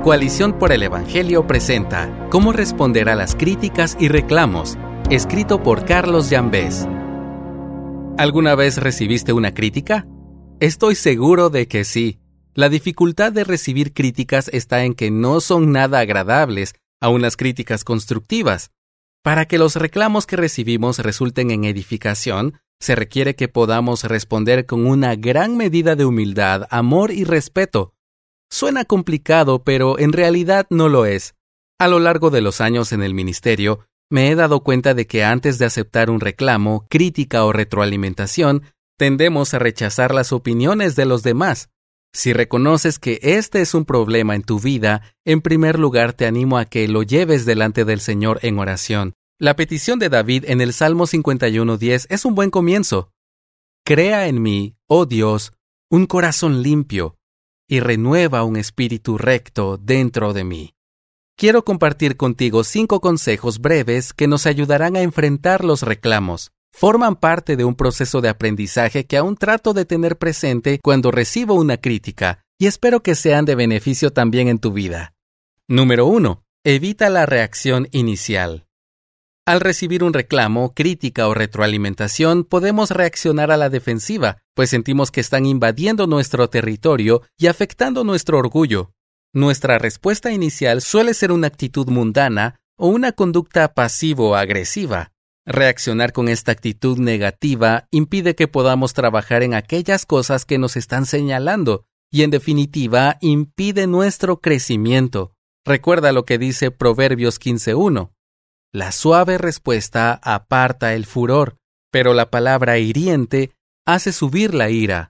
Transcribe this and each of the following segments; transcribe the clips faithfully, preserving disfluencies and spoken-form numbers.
Coalición por el Evangelio presenta Cómo responder a las críticas y reclamos, escrito por Carlos Llambés. ¿Alguna vez recibiste una crítica? Estoy seguro de que sí. La dificultad de recibir críticas está en que no son nada agradables, aun las críticas constructivas. Para que los reclamos que recibimos resulten en edificación, se requiere que podamos responder con una gran medida de humildad, amor y respeto. Suena complicado, pero en realidad no lo es. A lo largo de los años en el ministerio, me he dado cuenta de que antes de aceptar un reclamo, crítica o retroalimentación, tendemos a rechazar las opiniones de los demás. Si reconoces que este es un problema en tu vida, en primer lugar te animo a que lo lleves delante del Señor en oración. La petición de David en el Salmo cincuenta y uno diez es un buen comienzo. Crea en mí, oh Dios, un corazón limpio, y renueva un espíritu recto dentro de mí. Quiero compartir contigo cinco consejos breves que nos ayudarán a enfrentar los reclamos. Forman parte de un proceso de aprendizaje que aún trato de tener presente cuando recibo una crítica, y espero que sean de beneficio también en tu vida. Número uno. Evita la reacción inicial. Al recibir un reclamo, crítica o retroalimentación, podemos reaccionar a la defensiva, pues sentimos que están invadiendo nuestro territorio y afectando nuestro orgullo. Nuestra respuesta inicial suele ser una actitud mundana o una conducta pasivo-agresiva. Reaccionar con esta actitud negativa impide que podamos trabajar en aquellas cosas que nos están señalando y, en definitiva, impide nuestro crecimiento. Recuerda lo que dice Proverbios quince uno. La suave respuesta aparta el furor, pero la palabra hiriente hace subir la ira.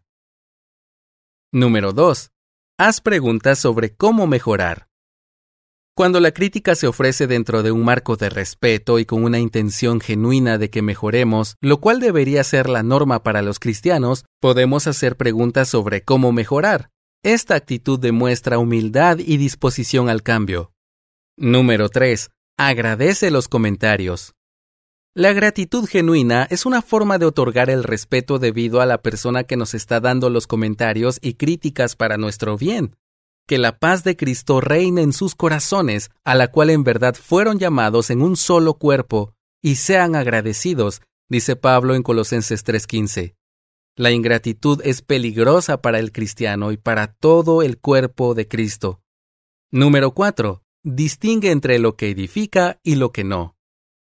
Número dos. Haz preguntas sobre cómo mejorar. Cuando la crítica se ofrece dentro de un marco de respeto y con una intención genuina de que mejoremos, lo cual debería ser la norma para los cristianos, podemos hacer preguntas sobre cómo mejorar. Esta actitud demuestra humildad y disposición al cambio. Número tres. Agradece los comentarios. La gratitud genuina es una forma de otorgar el respeto debido a la persona que nos está dando los comentarios y críticas para nuestro bien. Que la paz de Cristo reine en sus corazones, a la cual en verdad fueron llamados en un solo cuerpo, y sean agradecidos, dice Pablo en Colosenses tres quince. La ingratitud es peligrosa para el cristiano y para todo el cuerpo de Cristo. Número cuatro. Distingue entre lo que edifica y lo que no.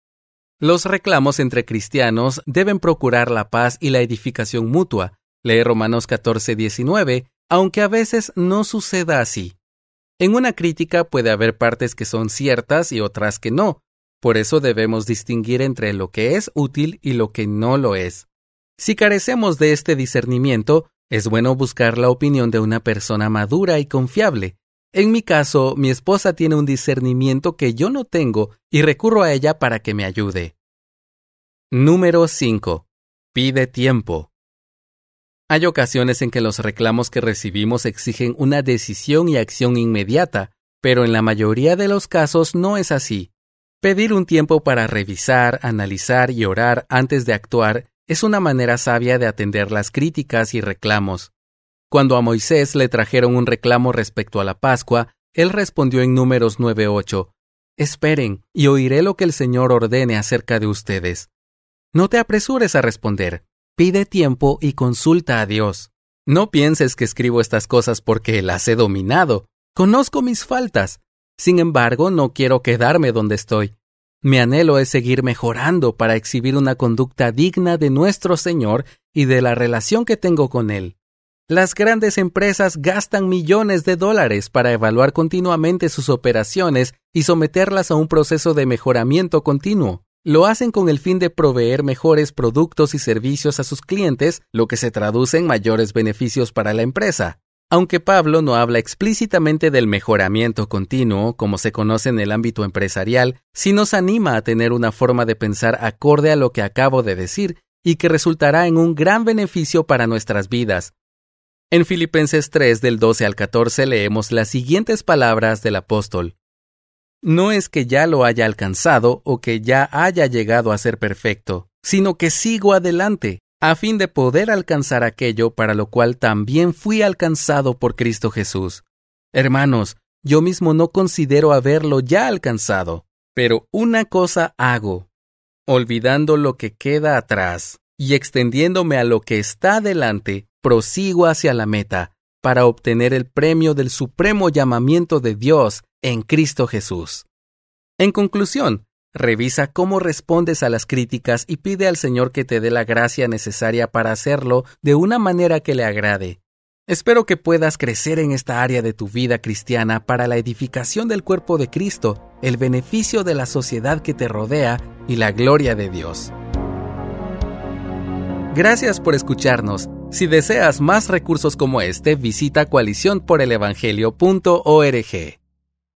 Los reclamos entre cristianos deben procurar la paz y la edificación mutua. Lee Romanos catorce diecinueve, aunque a veces no suceda así. En una crítica puede haber partes que son ciertas y otras que no. Por eso debemos distinguir entre lo que es útil y lo que no lo es. Si carecemos de este discernimiento, es bueno buscar la opinión de una persona madura y confiable. En mi caso, mi esposa tiene un discernimiento que yo no tengo y recurro a ella para que me ayude. Número cinco. Pide tiempo. Hay ocasiones en que los reclamos que recibimos exigen una decisión y acción inmediata, pero en la mayoría de los casos no es así. Pedir un tiempo para revisar, analizar y orar antes de actuar es una manera sabia de atender las críticas y reclamos. Cuando a Moisés le trajeron un reclamo respecto a la Pascua, él respondió en Números nueve ocho, «Esperen, y oiré lo que el Señor ordene acerca de ustedes». No te apresures a responder. Pide tiempo y consulta a Dios. No pienses que escribo estas cosas porque las he dominado. Conozco mis faltas. Sin embargo, no quiero quedarme donde estoy. Mi anhelo es seguir mejorando para exhibir una conducta digna de nuestro Señor y de la relación que tengo con Él. Las grandes empresas gastan millones de dólares para evaluar continuamente sus operaciones y someterlas a un proceso de mejoramiento continuo. Lo hacen con el fin de proveer mejores productos y servicios a sus clientes, lo que se traduce en mayores beneficios para la empresa. Aunque Pablo no habla explícitamente del mejoramiento continuo, como se conoce en el ámbito empresarial, sí nos anima a tener una forma de pensar acorde a lo que acabo de decir y que resultará en un gran beneficio para nuestras vidas. En Filipenses tres, del doce al catorce, leemos las siguientes palabras del apóstol. No es que ya lo haya alcanzado o que ya haya llegado a ser perfecto, sino que sigo adelante, a fin de poder alcanzar aquello para lo cual también fui alcanzado por Cristo Jesús. Hermanos, Yo mismo no considero haberlo ya alcanzado, pero una cosa hago, olvidando lo que queda atrás y extendiéndome a lo que está delante, prosigo hacia la meta para obtener el premio del supremo llamamiento de Dios en Cristo Jesús. En conclusión, revisa cómo respondes a las críticas y pide al Señor que te dé la gracia necesaria para hacerlo de una manera que le agrade. Espero que puedas crecer en esta área de tu vida cristiana para la edificación del cuerpo de Cristo, el beneficio de la sociedad que te rodea y la gloria de Dios. Gracias por escucharnos. Si deseas más recursos como este, visita coalición por el evangelio punto org.